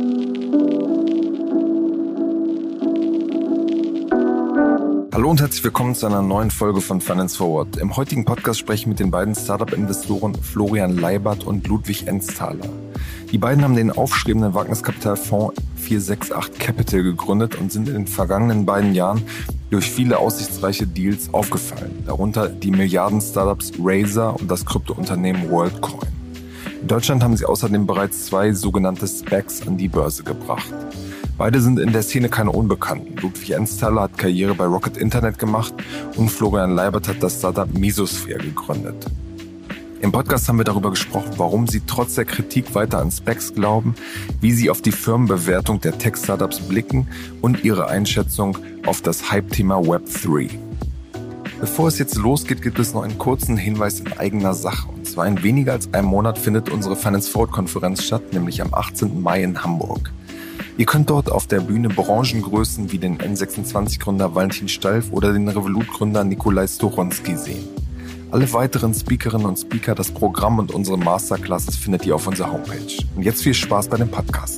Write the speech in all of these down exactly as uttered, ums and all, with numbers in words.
Hallo und herzlich willkommen zu einer neuen Folge von Finance Forward. Im heutigen Podcast spreche ich mit den beiden Startup-Investoren Florian Leibert und Ludwig Enztaler. Die beiden haben den aufstrebenden Wagniskapitalfonds vier sechs acht Capital gegründet und sind in den vergangenen beiden Jahren durch viele aussichtsreiche Deals aufgefallen, darunter die Milliarden-Startups Razer und das Kryptounternehmen WorldCoin. In Deutschland haben sie außerdem bereits zwei sogenannte SPACs an die Börse gebracht. Beide sind in der Szene keine Unbekannten. Ludwig Enztaler hat Karriere bei Rocket Internet gemacht und Florian Leibert hat das Startup Mesosphere gegründet. Im Podcast haben wir darüber gesprochen, warum sie trotz der Kritik weiter an SPACs glauben, wie sie auf die Firmenbewertung der Tech-Startups blicken und ihre Einschätzung auf das Hype-Thema Web drei. Bevor es jetzt losgeht, gibt es noch einen kurzen Hinweis in eigener Sache. Und zwar in weniger als einem Monat findet unsere Finance Forward-Konferenz statt, nämlich am achtzehnten Mai in Hamburg. Ihr könnt dort auf der Bühne Branchengrößen wie den N sechsundzwanzig-Gründer Valentin Stalf oder den Revolut-Gründer Nikolai Stochonski sehen. Alle weiteren Speakerinnen und Speaker, das Programm und unsere Masterclasses findet ihr auf unserer Homepage. Und jetzt viel Spaß bei dem Podcast.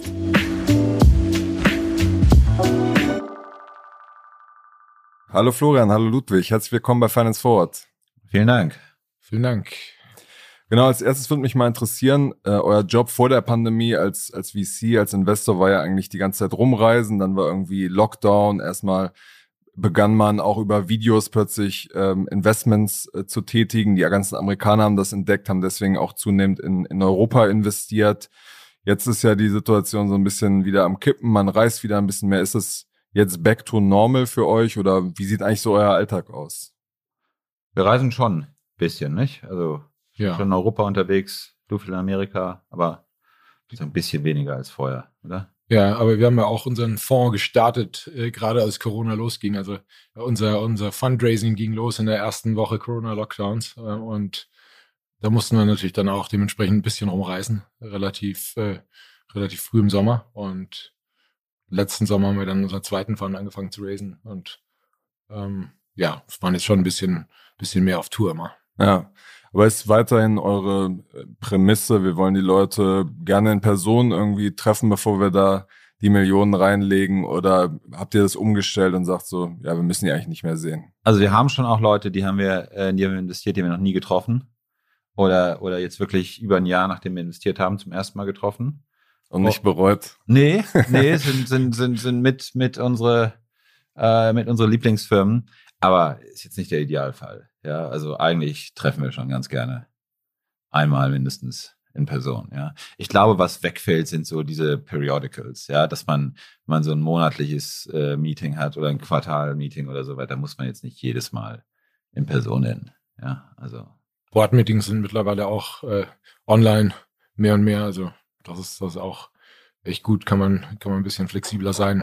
Hallo Florian, hallo Ludwig, herzlich willkommen bei Finance Forward. Vielen Dank. Vielen Dank. Genau, als erstes würde mich mal interessieren, äh, euer Job vor der Pandemie als als V C, als Investor war ja eigentlich die ganze Zeit rumreisen, dann war irgendwie Lockdown, erstmal begann man auch über Videos plötzlich ähm, Investments äh, zu tätigen. Die ganzen Amerikaner haben das entdeckt, haben deswegen auch zunehmend in, in Europa investiert. Jetzt ist ja die Situation so ein bisschen wieder am Kippen, man reist wieder ein bisschen mehr. Ist es jetzt back to normal für euch oder wie sieht eigentlich so euer Alltag aus? Wir reisen schon ein bisschen, nicht? Also ja. Schon in Europa unterwegs, du viel in Amerika, aber so ein bisschen weniger als vorher, oder? Ja, aber wir haben ja auch unseren Fonds gestartet, äh, gerade als Corona losging. Also ja, unser unser Fundraising ging los in der ersten Woche Corona-Lockdowns äh, und da mussten wir natürlich dann auch dementsprechend ein bisschen rumreisen, relativ äh, relativ früh im Sommer. Und letzten Sommer haben wir dann unseren zweiten Fund angefangen zu raisen und ähm, ja, es waren jetzt schon ein bisschen bisschen mehr auf Tour immer. Ja. Aber ist weiterhin eure Prämisse, wir wollen die Leute gerne in Person irgendwie treffen, bevor wir da die Millionen reinlegen, oder habt ihr das umgestellt und sagt so, ja, wir müssen die eigentlich nicht mehr sehen? Also wir haben schon auch Leute, die haben wir, in die haben wir investiert, die haben wir noch nie getroffen oder oder jetzt wirklich über ein Jahr, nachdem wir investiert haben, zum ersten Mal getroffen. Und nicht bereut? Nee, nee, sind sind sind sind mit mit unsere äh, mit unsere Lieblingsfirmen, aber ist jetzt nicht der Idealfall. Ja, also eigentlich treffen wir schon ganz gerne einmal mindestens in Person. Ja, ich glaube, was wegfällt, sind so diese Periodicals. Ja, dass man, wenn man so ein monatliches äh, Meeting hat oder ein Quartal-Meeting oder so weiter, muss man jetzt nicht jedes Mal in Person hin. Ja, also Board-Meetings sind mittlerweile auch äh, online mehr und mehr. Also das ist das ist auch echt gut. Kann man kann man ein bisschen flexibler sein.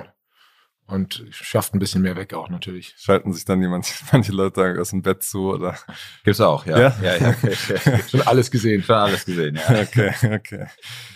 Und schafft ein bisschen mehr weg auch natürlich. Schalten sich dann jemand, manche Leute aus dem Bett zu, oder? Gibt's auch, ja. Ja, ja, ja. Okay. Schon alles gesehen. Schon alles gesehen, ja. Okay, okay.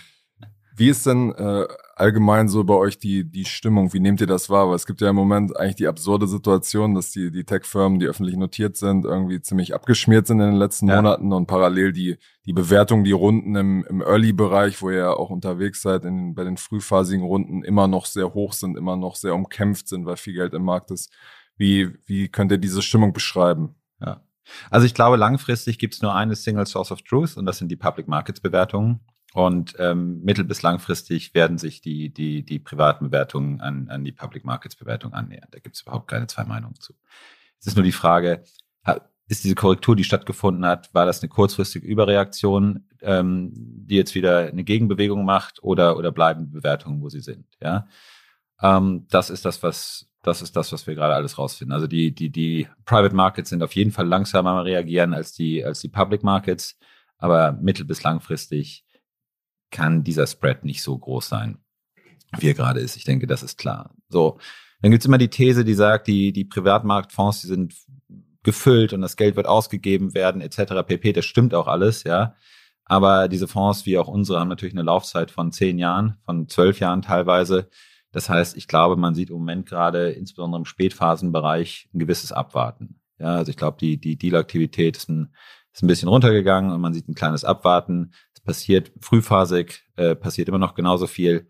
Wie ist denn äh, allgemein so bei euch die die Stimmung? Wie nehmt ihr das wahr? Weil es gibt ja im Moment eigentlich die absurde Situation, dass die die Tech-Firmen, die öffentlich notiert sind, irgendwie ziemlich abgeschmiert sind in den letzten ja. Monaten und parallel die die Bewertung, die Runden im im Early-Bereich, wo ihr ja auch unterwegs seid, in, bei den frühphasigen Runden immer noch sehr hoch sind, immer noch sehr umkämpft sind, weil viel Geld im Markt ist. Wie wie könnt ihr diese Stimmung beschreiben? Ja. Also ich glaube, langfristig gibt es nur eine Single Source of Truth und das sind die Public Markets Bewertungen. Und ähm, mittel- bis langfristig werden sich die die die privaten Bewertungen an an die Public Markets Bewertung annähern. Da gibt es überhaupt keine zwei Meinungen zu. Es ist nur die Frage, ist diese Korrektur, die stattgefunden hat, war das eine kurzfristige Überreaktion, ähm, die jetzt wieder eine Gegenbewegung macht, oder oder bleiben die Bewertungen, wo sie sind? Ja, ähm, das ist das, was das ist das, was wir gerade alles rausfinden. Also die die die Private Markets sind auf jeden Fall langsamer reagieren als die als die Public Markets, aber mittel- bis langfristig kann dieser Spread nicht so groß sein, wie er gerade ist. Ich denke, das ist klar. So, dann gibt's immer die These, die sagt, die die Privatmarktfonds, die sind gefüllt und das Geld wird ausgegeben werden, et cetera pp. Das stimmt auch alles, ja. Aber diese Fonds, wie auch unsere, haben natürlich eine Laufzeit von zehn Jahren, von zwölf Jahren teilweise. Das heißt, ich glaube, man sieht im Moment gerade, insbesondere im Spätphasenbereich, ein gewisses Abwarten. Ja, also ich glaube, die die Deal-Aktivität ist ein, ist ein bisschen runtergegangen und man sieht ein kleines Abwarten. Es passiert frühphasig, äh, passiert immer noch genauso viel.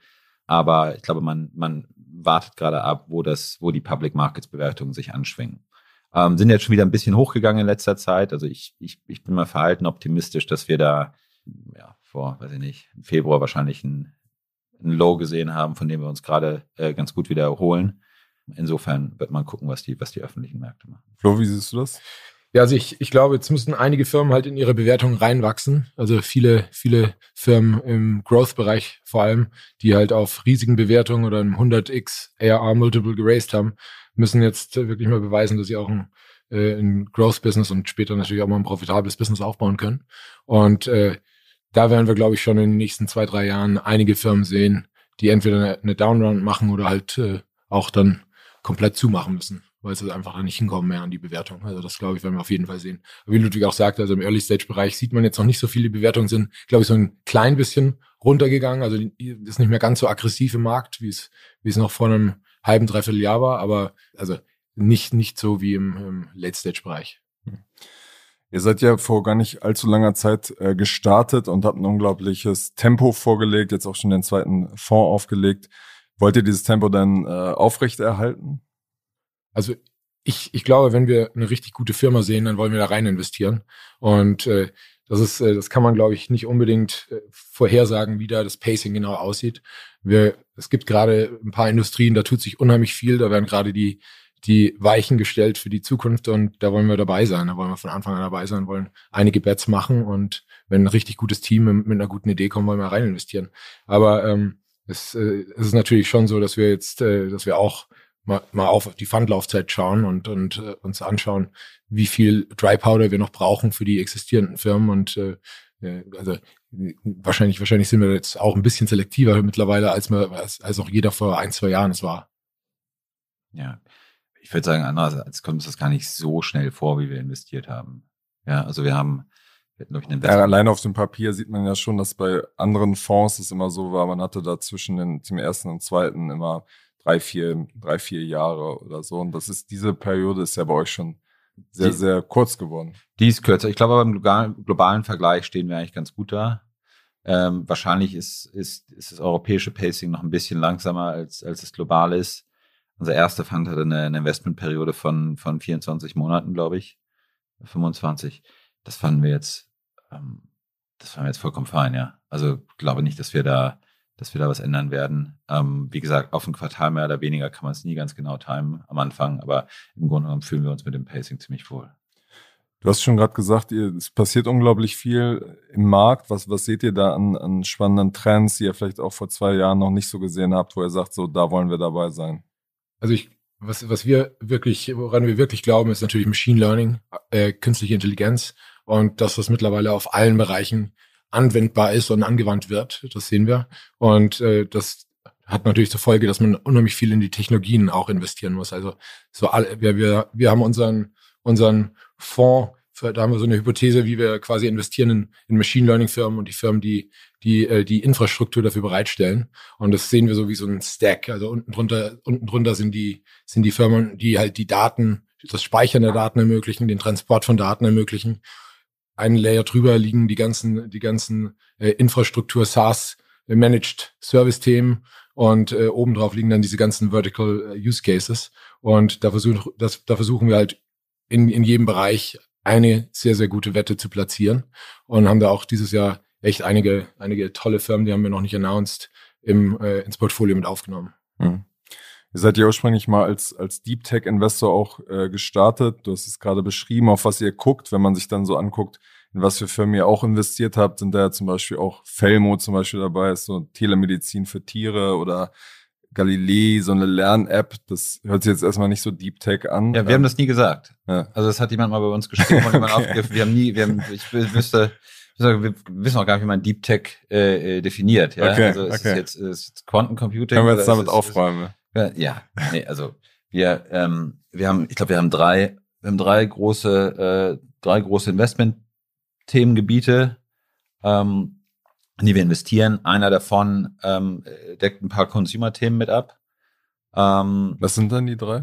Aber ich glaube, man, man wartet gerade ab, wo das, wo die Public Markets Bewertungen sich anschwingen. Ähm, sind jetzt schon wieder ein bisschen hochgegangen in letzter Zeit. Also ich, ich, ich bin mal verhalten optimistisch, dass wir da ja, vor, weiß ich nicht, im Februar wahrscheinlich ein, ein Low gesehen haben, von dem wir uns gerade äh, ganz gut wieder erholen. Insofern wird man gucken, was die, was die öffentlichen Märkte machen. Flo, wie siehst du das? Ja, also ich, ich glaube, jetzt müssen einige Firmen halt in ihre Bewertung reinwachsen. Also viele, viele Firmen im Growth-Bereich vor allem, die halt auf riesigen Bewertungen oder einem hundert x A R R-Multiple geraced haben, müssen jetzt wirklich mal beweisen, dass sie auch ein, äh, ein Growth-Business und später natürlich auch mal ein profitables Business aufbauen können. Und äh, da werden wir, glaube ich, schon in den nächsten zwei, drei Jahren einige Firmen sehen, die entweder eine, eine Downround machen oder halt äh, auch dann komplett zumachen müssen, weil sie einfach dann nicht hinkommen mehr an die Bewertung. Also das, glaube ich, werden wir auf jeden Fall sehen. Aber wie Ludwig auch sagte, also im Early-Stage-Bereich sieht man jetzt noch nicht so viele Bewertungen, sind, glaube ich, so ein klein bisschen runtergegangen. Also die, die ist nicht mehr ganz so aggressiv im Markt, wie es wie es noch vor einem halben, dreiviertel Jahr war, aber also nicht, nicht so wie im, im Late-Stage-Bereich. Ihr seid ja vor gar nicht allzu langer Zeit äh, gestartet und habt ein unglaubliches Tempo vorgelegt, jetzt auch schon den zweiten Fonds aufgelegt. Wollt ihr dieses Tempo dann äh, aufrechterhalten? Also ich, ich glaube, wenn wir eine richtig gute Firma sehen, dann wollen wir da rein investieren. Und äh, das ist, äh, das kann man, glaube ich, nicht unbedingt äh, vorhersagen, wie da das Pacing genau aussieht. Wir, es gibt gerade ein paar Industrien, da tut sich unheimlich viel. Da werden gerade die die Weichen gestellt für die Zukunft und da wollen wir dabei sein. Da wollen wir von Anfang an dabei sein, wollen einige Bets machen und wenn ein richtig gutes Team mit, mit einer guten Idee kommt, wollen wir rein investieren. Aber ähm, es, äh, es ist natürlich schon so, dass wir jetzt, äh, dass wir auch mal, mal auf die Fundlaufzeit schauen und, und äh, uns anschauen, wie viel Dry Powder wir noch brauchen für die existierenden Firmen und äh, also wahrscheinlich, wahrscheinlich sind wir jetzt auch ein bisschen selektiver mittlerweile, als, wir, als, als auch jeder vor ein, zwei Jahren es war. Ja. Ich würde sagen, andererseits kommt uns das gar nicht so schnell vor, wie wir investiert haben. Ja, also wir haben, wir hatten, glaube ich, einen ja, allein auf dem Papier sieht man ja schon, dass bei anderen Fonds es immer so war, man hatte da zwischen den, dem ersten und zweiten immer drei, vier, drei, vier Jahre oder so. Und das ist, diese Periode ist ja bei euch schon sehr, die, sehr kurz geworden. Die ist kürzer. Ich glaube, aber im globalen, globalen Vergleich stehen wir eigentlich ganz gut da. Ähm, wahrscheinlich ist, ist, ist das europäische Pacing noch ein bisschen langsamer als, als das globale ist. Unser erster Fund hatte eine, eine Investmentperiode von, von vierundzwanzig Monaten, glaube ich. fünfundzwanzig. Das fanden wir jetzt, ähm, das fanden wir jetzt vollkommen fein, ja. Also, glaube nicht, dass wir da, dass wir da was ändern werden. Ähm, wie gesagt, auf ein Quartal mehr oder weniger kann man es nie ganz genau timen am Anfang, aber im Grunde genommen fühlen wir uns mit dem Pacing ziemlich wohl. Du hast schon gerade gesagt, ihr, es passiert unglaublich viel im Markt. Was, was seht ihr da an, an spannenden Trends, die ihr vielleicht auch vor zwei Jahren noch nicht so gesehen habt, wo ihr sagt, so, da wollen wir dabei sein? Also ich, was, was wir wirklich, woran wir wirklich glauben, ist natürlich Machine Learning, äh, künstliche Intelligenz und dass das mittlerweile auf allen Bereichen anwendbar ist und angewandt wird. Das sehen wir. Und äh, das hat natürlich zur Folge, dass man unheimlich viel in die Technologien auch investieren muss. Also so alle, wir, wir, wir haben unseren, unseren Fonds, für, da haben wir so eine Hypothese, wie wir quasi investieren in, in Machine Learning Firmen und die Firmen, die die die Infrastruktur dafür bereitstellen. Und das sehen wir so wie so ein Stack. Also unten drunter, unten drunter sind die sind die Firmen, die halt die Daten, das Speichern der Daten ermöglichen, den Transport von Daten ermöglichen. Einen Layer drüber liegen die ganzen die ganzen äh, Infrastruktur SaaS äh, Managed Service Themen und äh, obendrauf liegen dann diese ganzen Vertical äh, Use Cases. Und da versuchen das da versuchen wir halt in in jedem Bereich eine sehr, sehr gute Wette zu platzieren und haben da auch dieses Jahr echt einige einige tolle Firmen, die haben wir noch nicht announced, im, äh, ins Portfolio mit aufgenommen. Mhm. Ihr seid ja ursprünglich mal als als Deep Tech Investor auch äh, gestartet. Du hast es gerade beschrieben, auf was ihr guckt. Wenn man sich dann so anguckt, in was für Firmen ihr auch investiert habt, sind da ja zum Beispiel auch Felmo zum Beispiel dabei, ist so Telemedizin für Tiere oder Galilei, so eine Lern-App, das hört sich jetzt erstmal nicht so Deep Tech an. Ja, wir haben das nie gesagt. Ja. Also das hat jemand mal bei uns geschrieben und jemand Okay. aufgegriffen. Wir haben nie, wir haben, ich wüsste, wir wissen auch gar nicht, wie man Deep Tech äh, definiert. Ja? Okay, also es okay. ist jetzt ist jetzt Quantencomputing. Können wir jetzt oder damit ist, aufräumen? Ist, ja, nee, also wir, ähm, wir haben, ich glaube, wir haben drei, wir haben drei große, äh, drei große Investment-Themengebiete. Ähm, in die wir investieren. Einer davon ähm, deckt ein paar Consumer-Themen mit ab. Ähm, Was sind dann die drei?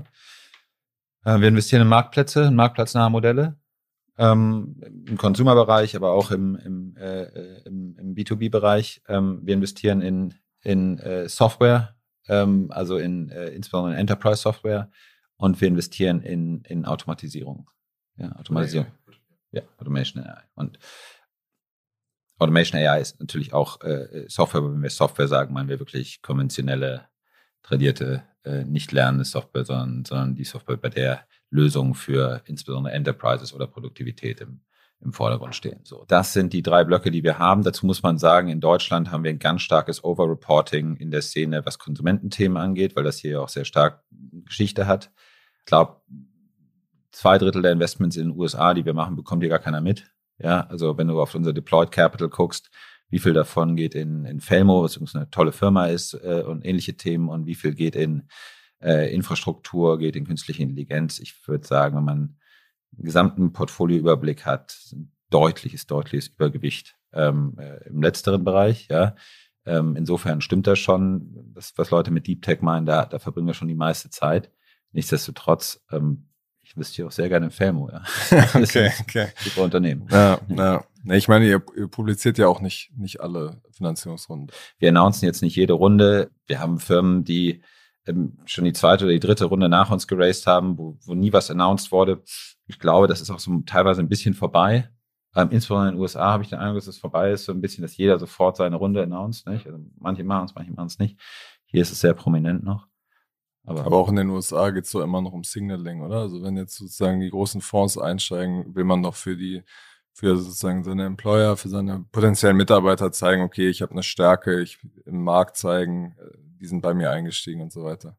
äh, wir investieren in Marktplätze, in marktplatznahe Modelle, ähm, im Consumer-Bereich, aber auch im, im, äh, im, im B zwei B-Bereich. Ähm, wir investieren in in äh, Software, ähm, also in äh, insbesondere in Enterprise Software, und wir investieren in, in Automatisierung. Ja, Automatisierung. Ja, Automation A I. Und Automation A I ist natürlich auch äh, Software, aber wenn wir Software sagen, meinen wir wirklich konventionelle, tradierte, äh, nicht lernende Software, sondern, sondern die Software, bei der Lösungen für insbesondere Enterprises oder Produktivität im, im Vordergrund stehen. So, das sind die drei Blöcke, die wir haben. Dazu muss man sagen, in Deutschland haben wir ein ganz starkes Overreporting in der Szene, was Konsumententhemen angeht, weil das hier auch sehr stark Geschichte hat. Ich glaube, zwei Drittel der Investments in den U S A, die wir machen, bekommt hier gar keiner mit. Ja, also wenn du auf unser Deployed Capital guckst, wie viel davon geht in, in Felmo, was übrigens eine tolle Firma ist, äh, und ähnliche Themen, und wie viel geht in äh, Infrastruktur, geht in künstliche Intelligenz. Ich würde sagen, wenn man einen gesamten Portfolioüberblick hat, ein deutliches, deutliches Übergewicht ähm, äh, im letzteren Bereich. Ja, ähm, insofern stimmt das schon, das, was Leute mit Deep Tech meinen, da, da verbringen wir schon die meiste Zeit. Nichtsdestotrotz, ähm, ich investiere auch sehr gerne in Felmo, ja. Okay, okay. Super Unternehmen. Ja, ja. Ich meine, ihr, ihr publiziert ja auch nicht, nicht alle Finanzierungsrunden. Wir announcen jetzt nicht jede Runde. Wir haben Firmen, die ähm, schon die zweite oder die dritte Runde nach uns geraced haben, wo, wo nie was announced wurde. Ich glaube, das ist auch so teilweise ein bisschen vorbei. Ähm, insbesondere in den U S A habe ich den Eindruck, dass es vorbei ist, so ein bisschen, dass jeder sofort seine Runde announced, nicht? Also manche machen es, manche machen es nicht. Hier ist es sehr prominent noch. Aber, Aber auch in den U S A geht es so immer noch um Signaling, oder? Also wenn jetzt sozusagen die großen Fonds einsteigen, will man doch für die, für sozusagen seine Employer, für seine potenziellen Mitarbeiter zeigen, okay, ich habe eine Stärke, ich im Markt zeigen, die sind bei mir eingestiegen und so weiter.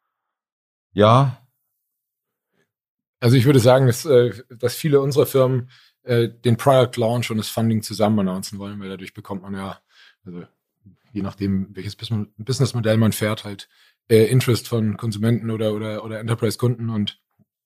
Ja. Also ich würde sagen, dass, dass viele unserer Firmen den Product Launch und das Funding zusammen announcen wollen, weil dadurch bekommt man ja, also je nachdem, welches Businessmodell man fährt, halt äh, Interest von Konsumenten oder oder oder Enterprise-Kunden. Und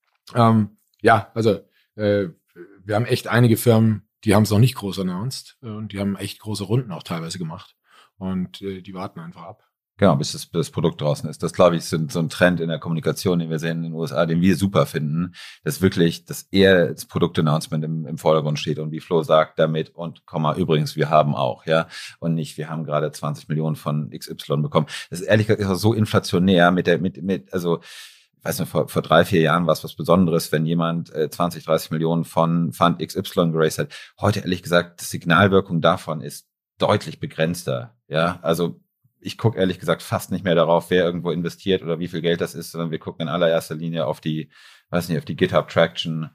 ähm, ja, also äh, wir haben echt einige Firmen, die haben es noch nicht groß announced, äh, und die haben echt große Runden auch teilweise gemacht. Und äh, die warten einfach ab. Genau, bis das, bis das Produkt draußen ist. Das, glaube ich, ist so ein Trend in der Kommunikation, den wir sehen in den U S A, den wir super finden, dass wirklich, dass eher das Produktannouncement im, im Vordergrund steht und wie Flo sagt, damit und, Komma, übrigens, wir haben auch, ja, und nicht, wir haben gerade zwanzig Millionen von X Y bekommen. Das ist ehrlich gesagt so inflationär mit der, mit, mit, also, ich weiß nicht, vor, vor drei, vier Jahren war es was Besonderes, wenn jemand äh, zwanzig, dreißig Millionen von Fund X Y geraced hat. Heute, ehrlich gesagt, die Signalwirkung davon ist deutlich begrenzter, ja, also, ich gucke ehrlich gesagt fast nicht mehr darauf, wer irgendwo investiert oder wie viel Geld das ist, sondern wir gucken in allererster Linie auf die, weiß nicht, auf die GitHub Traction,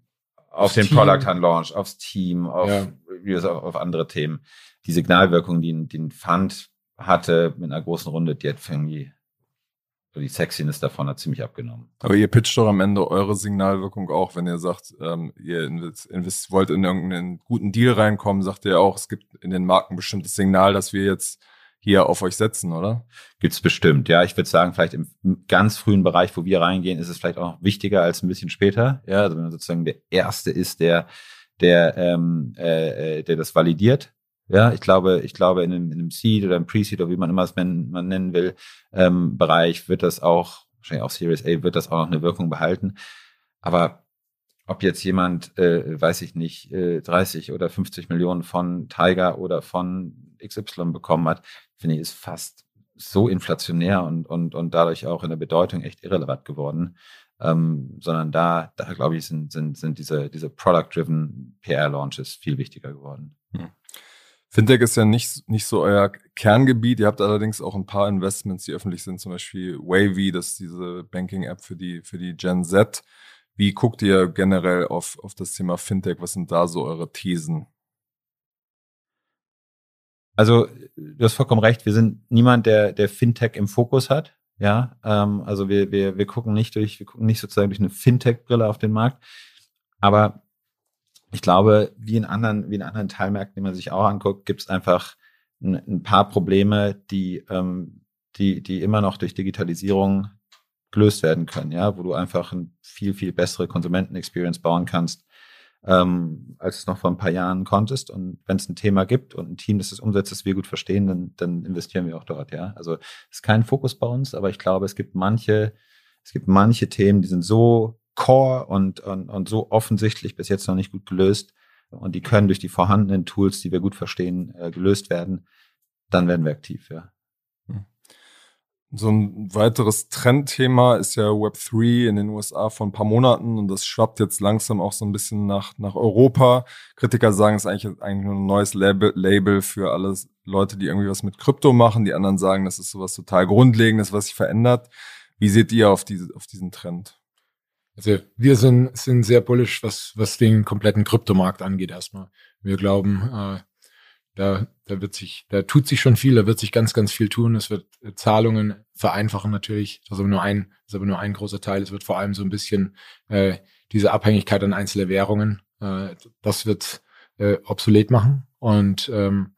auf aufs den Team. Product Hunt Launch, aufs Team, auf, ja. auf, auf andere Themen. Die Signalwirkung, die, die ein Fund hatte mit einer großen Runde, die hat irgendwie, die Sexiness davon hat ziemlich abgenommen. Aber ihr pitcht doch am Ende eure Signalwirkung auch, wenn ihr sagt, ähm, ihr invest, invest, wollt in irgendeinen guten Deal reinkommen, sagt ihr auch, es gibt in den Marken ein bestimmtes Signal, dass wir jetzt hier auf euch setzen, oder? Gibt's bestimmt, ja. Ich würde sagen, vielleicht im ganz frühen Bereich, wo wir reingehen, ist es vielleicht auch noch wichtiger als ein bisschen später. Ja, also wenn man sozusagen der Erste ist, der, der, ähm, äh, der das validiert. Ja, ich glaube, ich glaube, in einem, in einem Seed oder einem Pre-Seed oder wie man immer es man, man nennen will, ähm, Bereich wird das auch, wahrscheinlich auch Series A, wird das auch noch eine Wirkung behalten. Aber ob jetzt jemand, äh, weiß ich nicht, äh, dreißig oder fünfzig Millionen von Tiger oder von X Y bekommen hat, finde ich, ist fast so inflationär und, und, und dadurch auch in der Bedeutung echt irrelevant geworden. Ähm, sondern da, da glaube ich, sind, sind, sind diese, diese Product-driven P R-Launches viel wichtiger geworden. Hm. Fintech ist ja nicht, nicht so euer Kerngebiet. Ihr habt allerdings auch ein paar Investments, die öffentlich sind, zum Beispiel Wavy, das ist diese Banking-App für die, für die Gen Z. Wie guckt ihr generell auf, auf das Thema Fintech? Was sind da so eure Thesen? Also, du hast vollkommen recht. Wir sind niemand, der, der Fintech im Fokus hat. Ja, ähm, also wir, wir, wir gucken nicht durch, wir gucken nicht sozusagen durch eine Fintech-Brille auf den Markt. Aber ich glaube, wie in anderen, wie in anderen Teilmärkten, die man sich auch anguckt, gibt es einfach ein, ein paar Probleme, die, ähm, die, die immer noch durch Digitalisierung gelöst werden können, ja, wo du einfach eine viel, viel bessere Konsumenten-Experience bauen kannst, ähm, als es noch vor ein paar Jahren konntest. Und wenn es ein Thema gibt und ein Team, das das umsetzt, das wir gut verstehen, dann, dann investieren wir auch dort, ja. Also es ist kein Fokus bei uns, aber ich glaube, es gibt manche, es gibt manche Themen, die sind so core und, und, und so offensichtlich bis jetzt noch nicht gut gelöst und die können durch die vorhandenen Tools, die wir gut verstehen, äh, gelöst werden. Dann werden wir aktiv, ja. So ein weiteres Trendthema ist ja Web drei in den U S A vor ein paar Monaten und das schwappt jetzt langsam auch so ein bisschen nach, nach Europa. Kritiker sagen, es ist eigentlich, eigentlich nur ein neues Label, Label für alle Leute, die irgendwie was mit Krypto machen. Die anderen sagen, das ist sowas total Grundlegendes, was sich verändert. Wie seht ihr auf, diese, auf diesen Trend? Also wir sind, sind sehr bullish, was, was den kompletten Kryptomarkt angeht erstmal. Wir glauben, äh, Da, da wird sich, da tut sich schon viel, da wird sich ganz, ganz viel tun. Es wird äh, Zahlungen vereinfachen natürlich. Das ist aber nur ein, das ist aber nur ein großer Teil. Es wird vor allem so ein bisschen äh, diese Abhängigkeit an einzelne Währungen, äh, das wird äh, obsolet machen. Und ähm,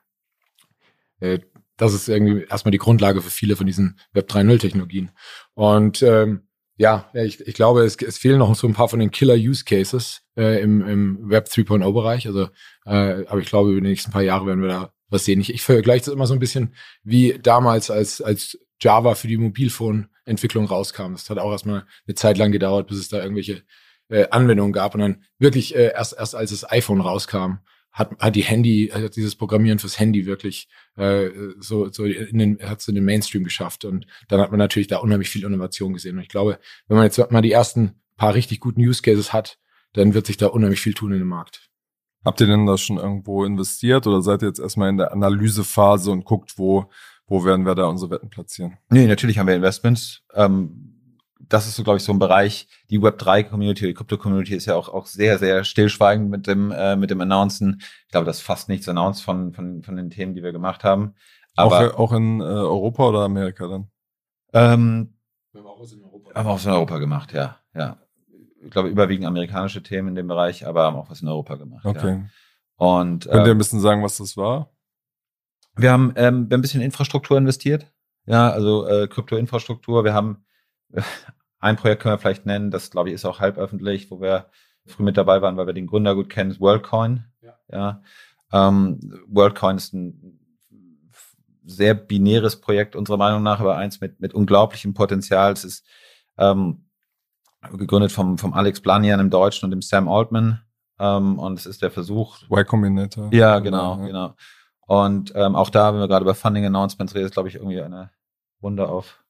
äh, das ist irgendwie erstmal die Grundlage für viele von diesen Web drei Punkt null Technologien. Und ähm, ja, ich, ich glaube, es, es fehlen noch so ein paar von den Killer-Use-Cases äh, im, im Web drei Punkt null-Bereich. Also, äh, aber ich glaube, über die nächsten paar Jahre werden wir da was sehen. Ich, ich vergleiche das immer so ein bisschen wie damals, als, als Java für die Mobilphone-Entwicklung rauskam. Das hat auch erstmal eine Zeit lang gedauert, bis es da irgendwelche äh, Anwendungen gab. Und dann wirklich äh, erst, erst als das iPhone rauskam, hat, hat die Handy, hat dieses Programmieren fürs Handy wirklich äh, so, so in den, hat es in den Mainstream geschafft. Und dann hat man natürlich da unheimlich viel Innovation gesehen. Und ich glaube, wenn man jetzt mal die ersten paar richtig guten Use Cases hat, dann wird sich da unheimlich viel tun in dem Markt. Habt ihr denn da schon irgendwo investiert oder seid ihr jetzt erstmal in der Analysephase und guckt, wo, wo werden wir da unsere Wetten platzieren? Nee, natürlich haben wir Investments. Ähm, das ist so, glaube ich, so ein Bereich. Die Web drei Community, die Krypto-Community ist ja auch, auch sehr, sehr stillschweigend mit dem, äh, mit dem Announcen. Ich glaube, das ist fast nichts announced von, von, von den Themen, die wir gemacht haben. Aber auch, auch in äh, Europa oder Amerika dann? Ähm, wir haben auch was in Europa. Haben wir auch was in Europa gemacht, ja, ja. Ich glaube, überwiegend amerikanische Themen in dem Bereich, aber haben auch was in Europa gemacht. Okay. Ja. Und, Könnt ihr ähm, ein bisschen sagen, was das war? Wir haben, ähm, wir haben ein bisschen in Infrastruktur investiert. Ja, also äh, Krypto-Infrastruktur. Wir haben äh, ein Projekt können wir vielleicht nennen, das glaube ich ist auch halb öffentlich, wo wir früh mit dabei waren, weil wir den Gründer gut kennen, ist WorldCoin. Ja. Ja. Ähm, WorldCoin ist ein sehr binäres Projekt unserer Meinung nach, aber eins mit mit unglaublichem Potenzial. Es ist ähm, gegründet vom, vom Alex Blanian im Deutschen und dem Sam Altman. Ähm, und es ist der Versuch. Y Combinator. Ja, genau, ja. genau. Und ähm, auch da, wenn wir gerade über Funding-Announcements reden, ist, glaube ich, irgendwie eine Runde auf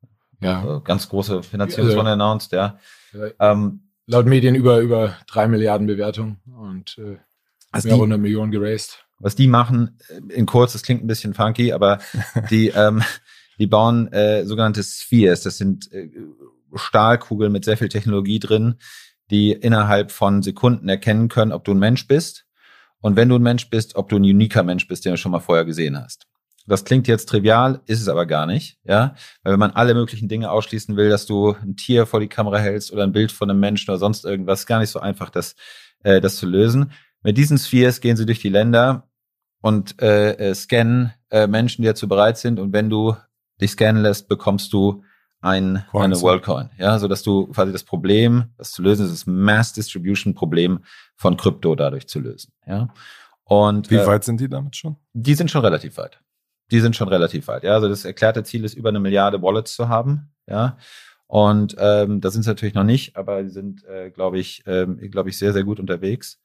ja. äh, ganz große Finanzierungsrunde also, announced, ja. ja. Ähm, Laut Medien über, über drei Milliarden Bewertung und äh, also mehr die, hundert Millionen geraced. Was die machen, in kurz, das klingt ein bisschen funky, aber die, ähm, die bauen äh, sogenannte Spheres. Das sind äh, Stahlkugeln mit sehr viel Technologie drin, die innerhalb von Sekunden erkennen können, ob du ein Mensch bist und wenn du ein Mensch bist, ob du ein uniker Mensch bist, den du schon mal vorher gesehen hast. Das klingt jetzt trivial, ist es aber gar nicht, ja, weil wenn man alle möglichen Dinge ausschließen will, dass du ein Tier vor die Kamera hältst oder ein Bild von einem Menschen oder sonst irgendwas, ist gar nicht so einfach, das, äh, das zu lösen. Mit diesen Spheres gehen sie durch die Länder und äh, äh, scannen äh, Menschen, die dazu bereit sind und wenn du dich scannen lässt, bekommst du ein, eine WorldCoin, ja, so dass du quasi das Problem, das zu lösen ist, das Mass Distribution Problem von Krypto dadurch zu lösen, ja. Und wie äh, weit sind die damit schon? Die sind schon relativ weit. Die sind schon relativ weit, ja. Also das erklärte Ziel ist, über eine Milliarde Wallets zu haben, ja. Und ähm, da sind sie natürlich noch nicht, aber die sind, äh, glaube ich, ähm, glaube ich, sehr, sehr gut unterwegs.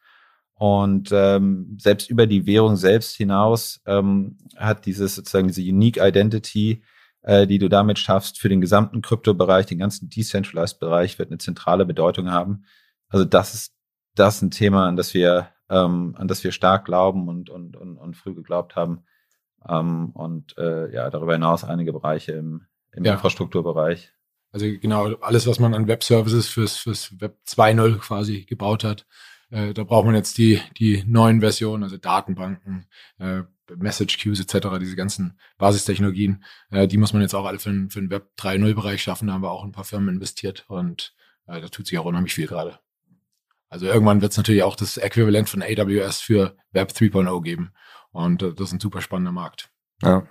Und ähm, selbst über die Währung selbst hinaus ähm, hat dieses sozusagen diese Unique Identity, äh, die du damit schaffst, für den gesamten Kryptobereich, den ganzen Decentralized-Bereich, wird eine zentrale Bedeutung haben. Also das ist das ist ein Thema, an das wir ähm, an das wir stark glauben und und und, und früh geglaubt haben. Ähm, und äh, ja, darüber hinaus einige Bereiche im, im ja. Infrastrukturbereich. Also genau, alles, was man an Web-Services fürs, fürs Web zwei Punkt null quasi gebaut hat, äh, da braucht man jetzt die, die neuen Versionen, also Datenbanken, äh, Message Queues et cetera, diese ganzen Basistechnologien, äh, die muss man jetzt auch alle für den, für den Web drei Punkt null-Bereich schaffen. Da haben wir auch ein paar Firmen investiert und äh, da tut sich auch unheimlich viel gerade. Also irgendwann wird es natürlich auch das Äquivalent von A W S für Web drei Punkt null geben. Und das ist ein super spannender Markt. Ja.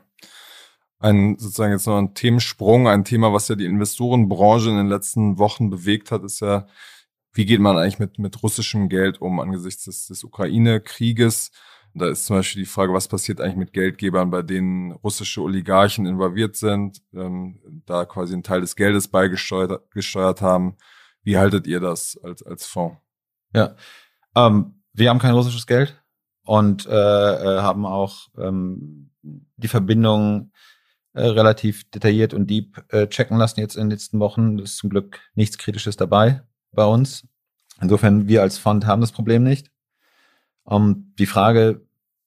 Ein, sozusagen jetzt noch ein Themensprung, ein Thema, was ja die Investorenbranche in den letzten Wochen bewegt hat, ist ja, wie geht man eigentlich mit, mit russischem Geld um angesichts des, des Ukraine-Krieges? Da ist zum Beispiel die Frage, was passiert eigentlich mit Geldgebern, bei denen russische Oligarchen involviert sind, ähm, da quasi einen Teil des Geldes beigesteuert gesteuert haben. Wie haltet ihr das als, als Fonds? Ja, ähm, wir haben kein russisches Geld. Und äh, haben auch ähm, die Verbindung äh, relativ detailliert und deep äh, checken lassen jetzt in den letzten Wochen. Da ist zum Glück nichts Kritisches dabei bei uns. Insofern, wir als Fund haben das Problem nicht. Um, die Frage,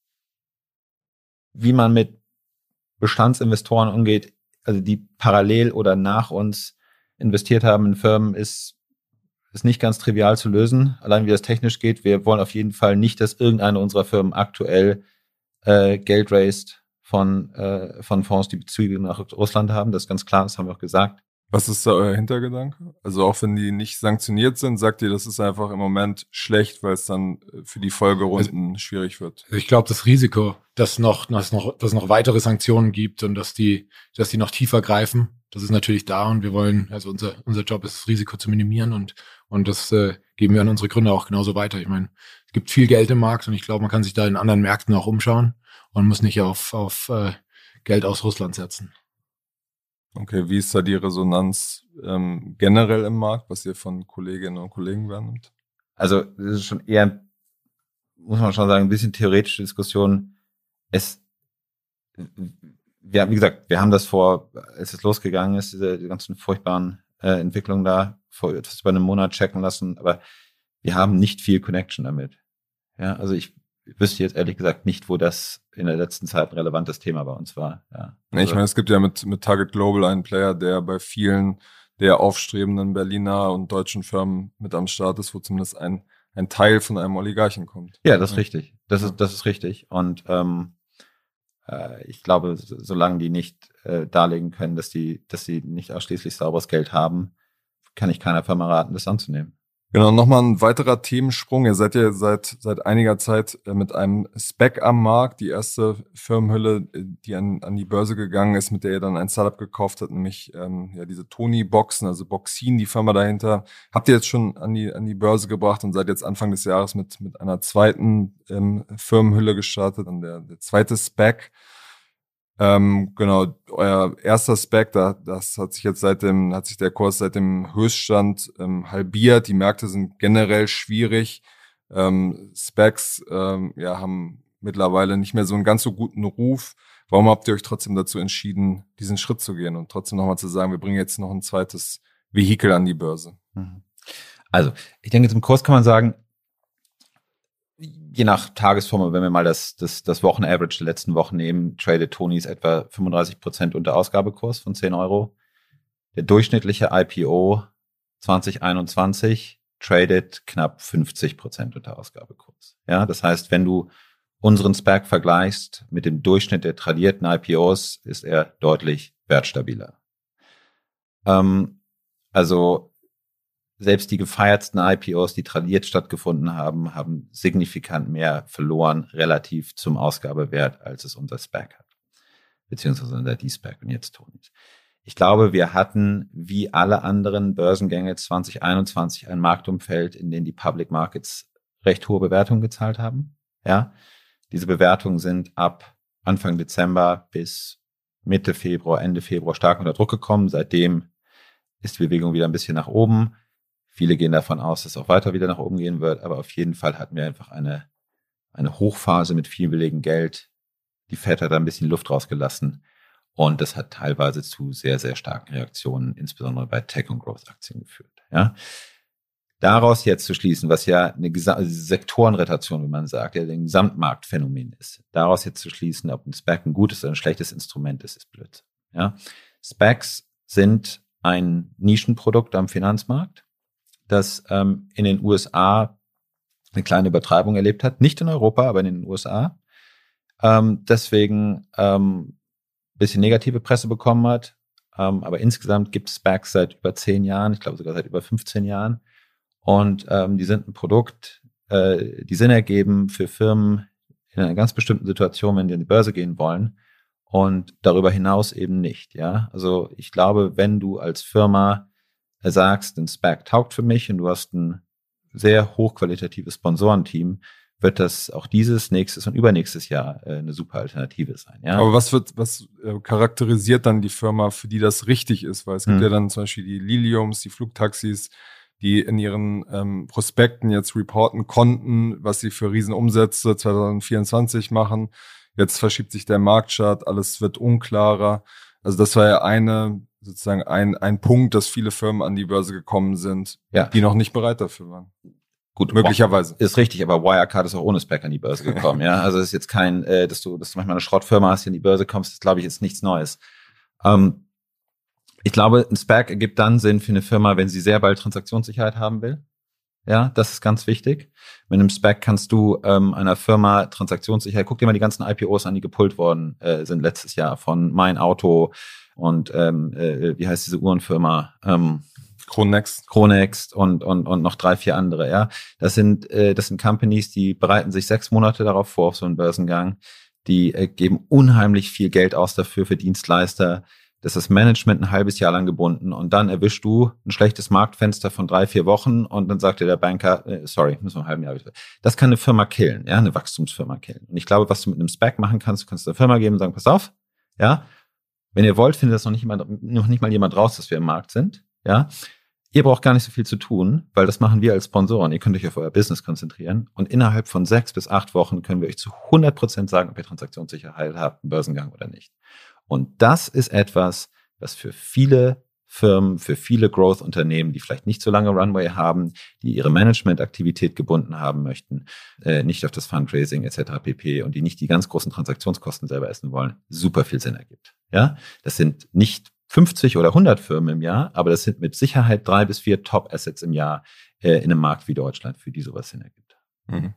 wie man mit Bestandsinvestoren umgeht, also die parallel oder nach uns investiert haben in Firmen, ist ist nicht ganz trivial zu lösen, allein wie das technisch geht. Wir wollen auf jeden Fall nicht, dass irgendeine unserer Firmen aktuell äh, Geld raised von, äh, von Fonds, die Bezüge nach Russland haben. Das ist ganz klar, das haben wir auch gesagt. Was ist da euer Hintergedanke? Also auch wenn die nicht sanktioniert sind, sagt ihr, das ist einfach im Moment schlecht, weil es dann für die Folgerunden also, schwierig wird? Ich glaube, das Risiko, dass noch, dass noch, dass noch weitere Sanktionen gibt und dass die, dass die noch tiefer greifen, das ist natürlich da und wir wollen, also unser, unser Job ist, das Risiko zu minimieren und, und das äh, geben wir an unsere Gründer auch genauso weiter. Ich meine, es gibt viel Geld im Markt und ich glaube, man kann sich da in anderen Märkten auch umschauen und muss nicht auf, auf äh, Geld aus Russland setzen. Okay, wie ist da die Resonanz ähm, generell im Markt, was ihr von Kolleginnen und Kollegen wahrnimmt? Also das ist schon eher, muss man schon sagen, ein bisschen theoretische Diskussion. Es, wir, wie gesagt, wir haben das vor, als es losgegangen ist, diese die ganzen furchtbaren äh, Entwicklungen da, vor etwas über einem Monat checken lassen, aber wir haben nicht viel Connection damit. Ja, also ich Ich wüsste jetzt ehrlich gesagt nicht, wo das in der letzten Zeit ein relevantes Thema bei uns war. Ja. Also, ich meine, es gibt ja mit, mit Target Global einen Player, der bei vielen der aufstrebenden Berliner und deutschen Firmen mit am Start ist, wo zumindest ein, ein Teil von einem Oligarchen kommt. Ja, das ist ja. richtig. Das ist, das ist richtig. Und ähm, äh, ich glaube, solange die nicht äh, darlegen können, dass die, dass sie nicht ausschließlich sauberes Geld haben, kann ich keiner Firma raten, das anzunehmen. Genau, nochmal ein weiterer Themensprung. Ihr seid ja seit seit einiger Zeit mit einem SPAC am Markt. Die erste Firmenhülle, die an, an die Börse gegangen ist, mit der ihr dann ein Startup gekauft habt, nämlich ähm, ja diese Tony-Boxen, also Boxin, die Firma dahinter. Habt ihr jetzt schon an die an die Börse gebracht und seid jetzt Anfang des Jahres mit mit einer zweiten ähm, Firmenhülle gestartet, und der, der zweite SPAC. Ähm, genau, euer erster SPAC, da, das hat sich jetzt seit dem, hat sich der Kurs seit dem Höchststand ähm, halbiert. Die Märkte sind generell schwierig. Ähm, SPACs ähm, ja, haben mittlerweile nicht mehr so einen ganz so guten Ruf. Warum habt ihr euch trotzdem dazu entschieden, diesen Schritt zu gehen und trotzdem nochmal zu sagen, wir bringen jetzt noch ein zweites Vehikel an die Börse? Also, ich denke, zum Kurs kann man sagen, je nach Tagesform, wenn wir mal das, das, das Wochenaverage der letzten Wochen nehmen, tradet Tonys etwa fünfunddreißig Prozent unter Ausgabekurs von zehn Euro. Der durchschnittliche I P O zwanzig einundzwanzig tradet knapp fünfzig Prozent unter Ausgabekurs. Ja, das heißt, wenn du unseren SPAC vergleichst mit dem Durchschnitt der tradierten I P Os, ist er deutlich wertstabiler. Ähm, also selbst die gefeiertsten I P Os, die tradiert stattgefunden haben, haben signifikant mehr verloren relativ zum Ausgabewert, als es unser SPAC hat. Beziehungsweise unser D-SPAC und jetzt Tonys. Ich glaube, wir hatten wie alle anderen Börsengänge zwanzig einundzwanzig ein Marktumfeld, in dem die Public Markets recht hohe Bewertungen gezahlt haben. Ja, diese Bewertungen sind ab Anfang Dezember bis Mitte Februar, Ende Februar stark unter Druck gekommen. Seitdem ist die Bewegung wieder ein bisschen nach oben. Viele gehen davon aus, dass es auch weiter wieder nach oben gehen wird, aber auf jeden Fall hatten wir einfach eine, eine Hochphase mit viel billigem Geld. Die Fed hat da ein bisschen Luft rausgelassen und das hat teilweise zu sehr, sehr starken Reaktionen, insbesondere bei Tech- und Growth-Aktien geführt. Ja. Daraus jetzt zu schließen, was ja eine Gesa- Sektorenrotation, wie man sagt, ja ein Gesamtmarktphänomen ist, daraus jetzt zu schließen, ob ein SPAC ein gutes oder ein schlechtes Instrument ist, ist Blödsinn. Ja. SPACs sind ein Nischenprodukt am Finanzmarkt, das ähm, in den U S A eine kleine Übertreibung erlebt hat. Nicht in Europa, aber in den U S A. Ähm, deswegen ähm, ein bisschen negative Presse bekommen hat. Ähm, aber insgesamt gibt es SPACs seit über zehn Jahren, ich glaube sogar seit über fünfzehn Jahren. Und ähm, die sind ein Produkt, äh, die Sinn ergeben für Firmen in einer ganz bestimmten Situation, wenn die an die Börse gehen wollen. Und darüber hinaus eben nicht. Ja, also ich glaube, wenn du als Firma sagst, ein SPAC taugt für mich und du hast ein sehr hochqualitatives Sponsorenteam, wird das auch dieses, nächstes und übernächstes Jahr äh, eine super Alternative sein. Ja? Aber was wird, was äh, charakterisiert dann die Firma, für die das richtig ist? Weil es gibt hm. ja dann zum Beispiel die Liliums, die Flugtaxis, die in ihren ähm, Prospekten jetzt reporten konnten, was sie für Riesenumsätze zwanzig vierundzwanzig machen. Jetzt verschiebt sich der Marktchart, alles wird unklarer. Also das war ja eine, sozusagen ein, ein Punkt, dass viele Firmen an die Börse gekommen sind, ja. die noch nicht bereit dafür waren. Gut, möglicherweise. Ist richtig, aber Wirecard ist auch ohne SPAC an die Börse gekommen, ja. Also es ist jetzt kein, äh, dass du, dass du manchmal eine Schrottfirma hast, die an die Börse kommst, das glaube ich ist nichts Neues. Ähm, ich glaube, ein SPAC ergibt dann Sinn für eine Firma, wenn sie sehr bald Transaktionssicherheit haben will. Ja, das ist ganz wichtig. Mit einem SPAC kannst du ähm, einer Firma Transaktionssicherheit, guck dir mal die ganzen I P Os an, die gepullt worden äh, sind letztes Jahr von Mein Auto und ähm, äh, wie heißt diese Uhrenfirma? Ähm, Chronext. Chronext und, und, und noch drei, vier andere, ja. Das sind, äh, das sind Companies, die bereiten sich sechs Monate darauf vor, auf so einen Börsengang. Die äh, geben unheimlich viel Geld aus dafür für Dienstleister. Das ist Management ein halbes Jahr lang gebunden und dann erwischst du ein schlechtes Marktfenster von drei, vier Wochen und dann sagt dir der Banker, äh, sorry, müssen wir ein halben Jahr wieder. Das kann eine Firma killen, ja, eine Wachstumsfirma killen. Und ich glaube, was du mit einem SPAC machen kannst, du kannst einer Firma geben und sagen, pass auf, ja, wenn ihr wollt, findet das noch nicht mal, noch nicht mal jemand raus, dass wir im Markt sind, ja. Ihr braucht gar nicht so viel zu tun, weil das machen wir als Sponsoren. Ihr könnt euch auf euer Business konzentrieren und innerhalb von sechs bis acht Wochen können wir euch zu hundert Prozent sagen, ob ihr Transaktionssicherheit habt, einen Börsengang oder nicht. Und das ist etwas, was für viele Firmen, für viele Growth-Unternehmen, die vielleicht nicht so lange Runway haben, die ihre Management-Aktivität gebunden haben möchten, äh, nicht auf das Fundraising et cetera pp. Und die nicht die ganz großen Transaktionskosten selber essen wollen, super viel Sinn ergibt. Ja, das sind nicht fünfzig oder hundert Firmen im Jahr, aber das sind mit Sicherheit drei bis vier Top-Assets im Jahr äh, in einem Markt wie Deutschland, für die sowas Sinn ergibt. Mhm.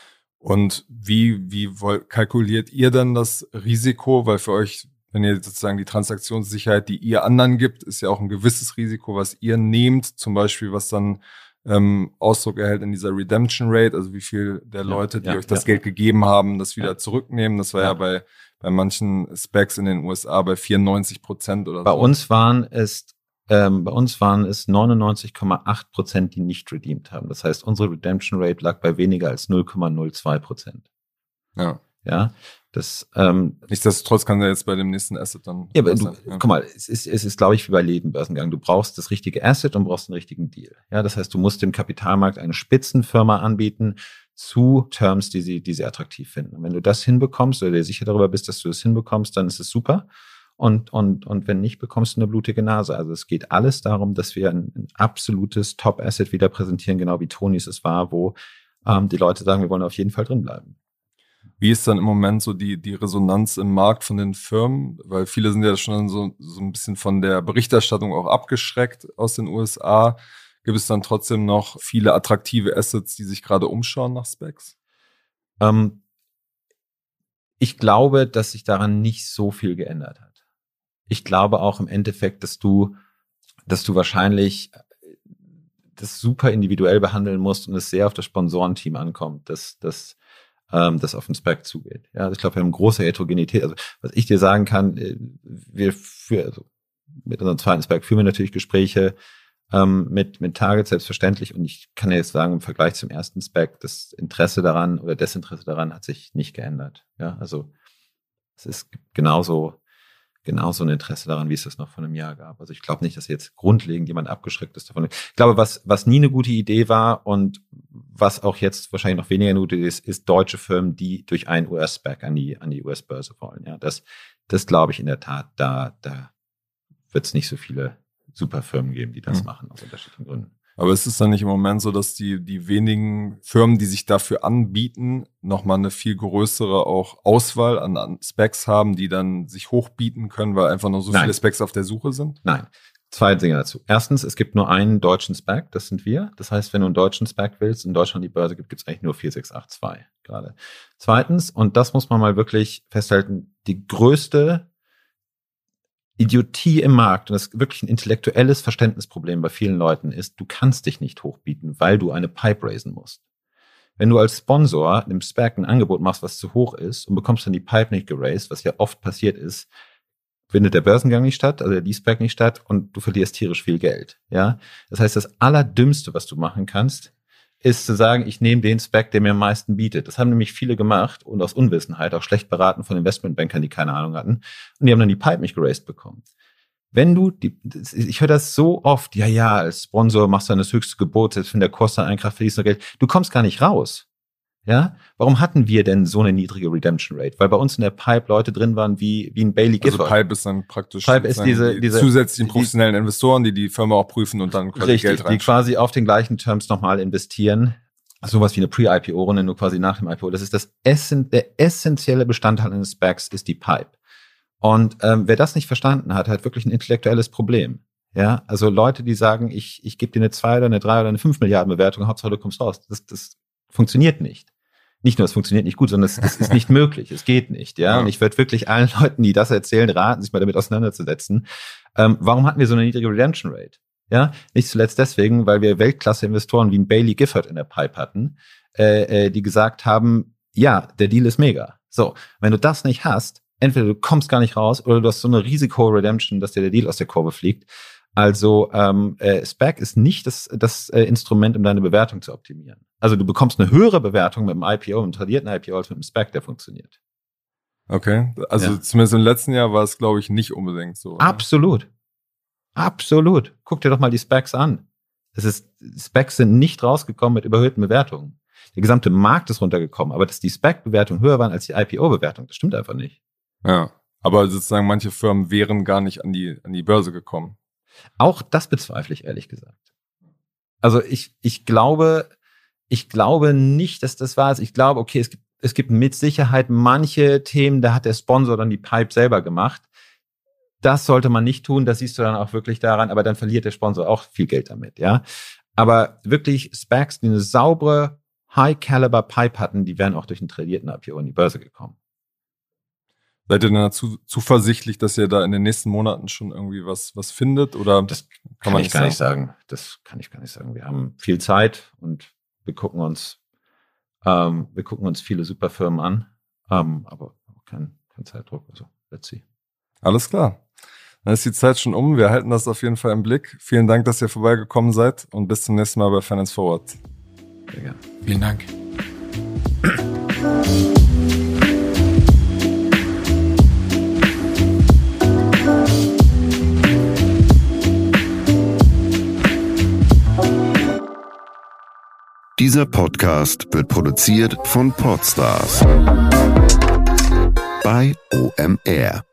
Und wie, wie wollt, kalkuliert ihr dann das Risiko? Weil für euch, wenn ihr sozusagen die Transaktionssicherheit, die ihr anderen gibt, ist ja auch ein gewisses Risiko, was ihr nehmt, zum Beispiel, was dann ähm, Ausdruck erhält in dieser Redemption Rate, also wie viel der Leute, die ja, euch das ja. Geld gegeben haben, das wieder ja. zurücknehmen. Das war ja, ja bei bei manchen SPACs in den U S A bei vierundneunzig Prozent oder bei so. Bei uns waren es ähm, bei uns waren es neunundneunzig Komma acht Prozent, die nicht redeemed haben. Das heißt, unsere Redemption Rate lag bei weniger als null Komma null zwei Prozent. Ja. Ja, das ähm, nichtsdestotrotz kann der jetzt bei dem nächsten Asset dann. Ja, aber du, ja. guck mal, es ist, es ist, glaube ich, wie bei jedem Börsengang. Du brauchst das richtige Asset und brauchst einen richtigen Deal. Ja, das heißt, du musst dem Kapitalmarkt eine Spitzenfirma anbieten zu Terms, die sie, die sie attraktiv finden. Und wenn du das hinbekommst oder dir sicher darüber bist, dass du das hinbekommst, dann ist es super. Und, und, und wenn nicht, bekommst du eine blutige Nase. Also es geht alles darum, dass wir ein, ein absolutes Top-Asset wieder präsentieren, genau wie Tonys es war, wo ähm, die Leute sagen, wir wollen auf jeden Fall drin bleiben. Wie ist dann im Moment so die, die Resonanz im Markt von den Firmen? Weil viele sind ja schon so, so ein bisschen von der Berichterstattung auch abgeschreckt aus den U S A. Gibt es dann trotzdem noch viele attraktive Assets, die sich gerade umschauen nach SPACs? Ähm, ich glaube, dass sich daran nicht so viel geändert hat. Ich glaube auch im Endeffekt, dass du, dass du wahrscheinlich das super individuell behandeln musst und es sehr auf das Sponsorenteam ankommt, dass, dass ähm, das auf den SPAC zugeht. Ja, also ich glaube, wir haben große Heterogenität. Also was ich dir sagen kann, wir für, also mit unserem zweiten SPAC führen wir natürlich Gespräche ähm, mit mit Target selbstverständlich. Und ich kann ja jetzt sagen, im Vergleich zum ersten SPAC, das Interesse daran oder Desinteresse daran hat sich nicht geändert. Ja, also es ist genauso genauso ein Interesse daran, wie es das noch vor einem Jahr gab. Also ich glaube nicht, dass jetzt grundlegend jemand abgeschreckt ist davon. Ich glaube, was was nie eine gute Idee war und was auch jetzt wahrscheinlich noch weniger eine gute Idee ist, ist deutsche Firmen, die durch einen U S-SPAC an die an die U S-Börse wollen. Ja, das das glaube ich in der Tat, da da wird es nicht so viele Superfirmen geben, die das mhm. machen, aus unterschiedlichen Gründen. Aber ist es dann nicht im Moment so, dass die die wenigen Firmen, die sich dafür anbieten, nochmal eine viel größere auch Auswahl an, an Specs haben, die dann sich hochbieten können, weil einfach noch so Nein. viele Specs auf der Suche sind? Nein. Zwei Dinge dazu. Erstens, es gibt nur einen deutschen SPAC, das sind wir. Das heißt, wenn du einen deutschen SPAC willst, in Deutschland die Börse gibt, gibt es eigentlich nur vier sechs acht zwei gerade. Zweitens, und das muss man mal wirklich festhalten, die größte Idiotie im Markt, und das ist wirklich ein intellektuelles Verständnisproblem bei vielen Leuten ist, du kannst dich nicht hochbieten, weil du eine Pipe raisen musst. Wenn du als Sponsor einem SPAC ein Angebot machst, was zu hoch ist und bekommst dann die Pipe nicht geraced, was ja oft passiert ist, findet der Börsengang nicht statt, also der D-SPAC nicht statt und du verlierst tierisch viel Geld. Ja, das heißt, das Allerdümmste, was du machen kannst, ist zu sagen, ich nehme den SPAC, der mir am meisten bietet. Das haben nämlich viele gemacht und aus Unwissenheit, auch schlecht beraten von Investmentbankern, die keine Ahnung hatten. Und die haben dann die Pipe nicht geraced bekommen. Wenn du, die, ich höre das so oft, ja, ja, als Sponsor machst du dann das höchste Gebot, selbst wenn der Kurs dann einkraft, verlierst du Geld. Du kommst gar nicht raus. Ja, warum hatten wir denn so eine niedrige Redemption Rate? Weil bei uns in der Pipe Leute drin waren wie, wie ein Bailey Gifford. Also Pipe ist dann praktisch Pipe ist diese, die diese zusätzlichen professionellen die, Investoren, die die Firma auch prüfen und dann quasi richtig, Geld rein. Die quasi auf den gleichen Terms nochmal investieren. Sowas wie eine Pre-I P O-Runde, nur quasi nach dem I P O. Das ist das Essen, der essentielle Bestandteil eines SPACs ist die Pipe. Und ähm, wer das nicht verstanden hat, hat wirklich ein intellektuelles Problem. Ja, also Leute, die sagen, ich, ich gebe dir eine zwei oder eine drei oder eine fünf Milliarden Bewertung, Hauptsache du kommst raus. Das, das funktioniert nicht. Nicht nur, es funktioniert nicht gut, sondern es, es ist nicht möglich. Es geht nicht, ja. ja. Und ich würde wirklich allen Leuten, die das erzählen, raten, sich mal damit auseinanderzusetzen. Ähm, warum hatten wir so eine niedrige Redemption Rate? Ja, nicht zuletzt deswegen, weil wir Weltklasse-Investoren wie ein Bailey Gifford in der Pipe hatten, äh, äh, die gesagt haben, ja, der Deal ist mega. So, wenn du das nicht hast, entweder du kommst gar nicht raus oder du hast so eine riesige Redemption, dass dir der Deal aus der Kurve fliegt. Also ähm, äh, SPAC ist nicht das, das äh, Instrument, um deine Bewertung zu optimieren. Also du bekommst eine höhere Bewertung mit dem I P O, mit dem tradierten I P O, als mit dem SPAC, der funktioniert. Okay, also ja. Zumindest im letzten Jahr war es, glaube ich, nicht unbedingt so. Oder? Absolut. Absolut. Guck dir doch mal die SPACs an. Das ist, SPACs sind nicht rausgekommen mit überhöhten Bewertungen. Der gesamte Markt ist runtergekommen, aber dass die SPAC-Bewertungen höher waren als die I P O-Bewertung, das stimmt einfach nicht. Ja, aber sozusagen manche Firmen wären gar nicht an die, an die Börse gekommen. Auch das bezweifle ich, ehrlich gesagt. Also ich, ich glaube, ich glaube nicht, dass das war. Ich glaube, okay, es gibt, es gibt mit Sicherheit manche Themen, da hat der Sponsor dann die Pipe selber gemacht. Das sollte man nicht tun, das siehst du dann auch wirklich daran, aber dann verliert der Sponsor auch viel Geld damit, ja. Aber wirklich SPACs, die eine saubere High-Caliber-Pipe hatten, die wären auch durch einen tradierten I P O in die Börse gekommen. Seid ihr denn dazu zuversichtlich, dass ihr da in den nächsten Monaten schon irgendwie was, was findet? Oder das kann, kann man ich gar nicht sagen. Das kann ich gar nicht sagen. Wir haben viel Zeit und wir gucken uns, ähm, wir gucken uns viele super Firmen an, ähm, aber kein, kein Zeitdruck. Also let's see. Alles klar. Dann ist die Zeit schon um. Wir halten das auf jeden Fall im Blick. Vielen Dank, dass ihr vorbeigekommen seid und bis zum nächsten Mal bei Finance Forward. Sehr gerne. Vielen Dank. Dieser Podcast wird produziert von Podstars bei O M R.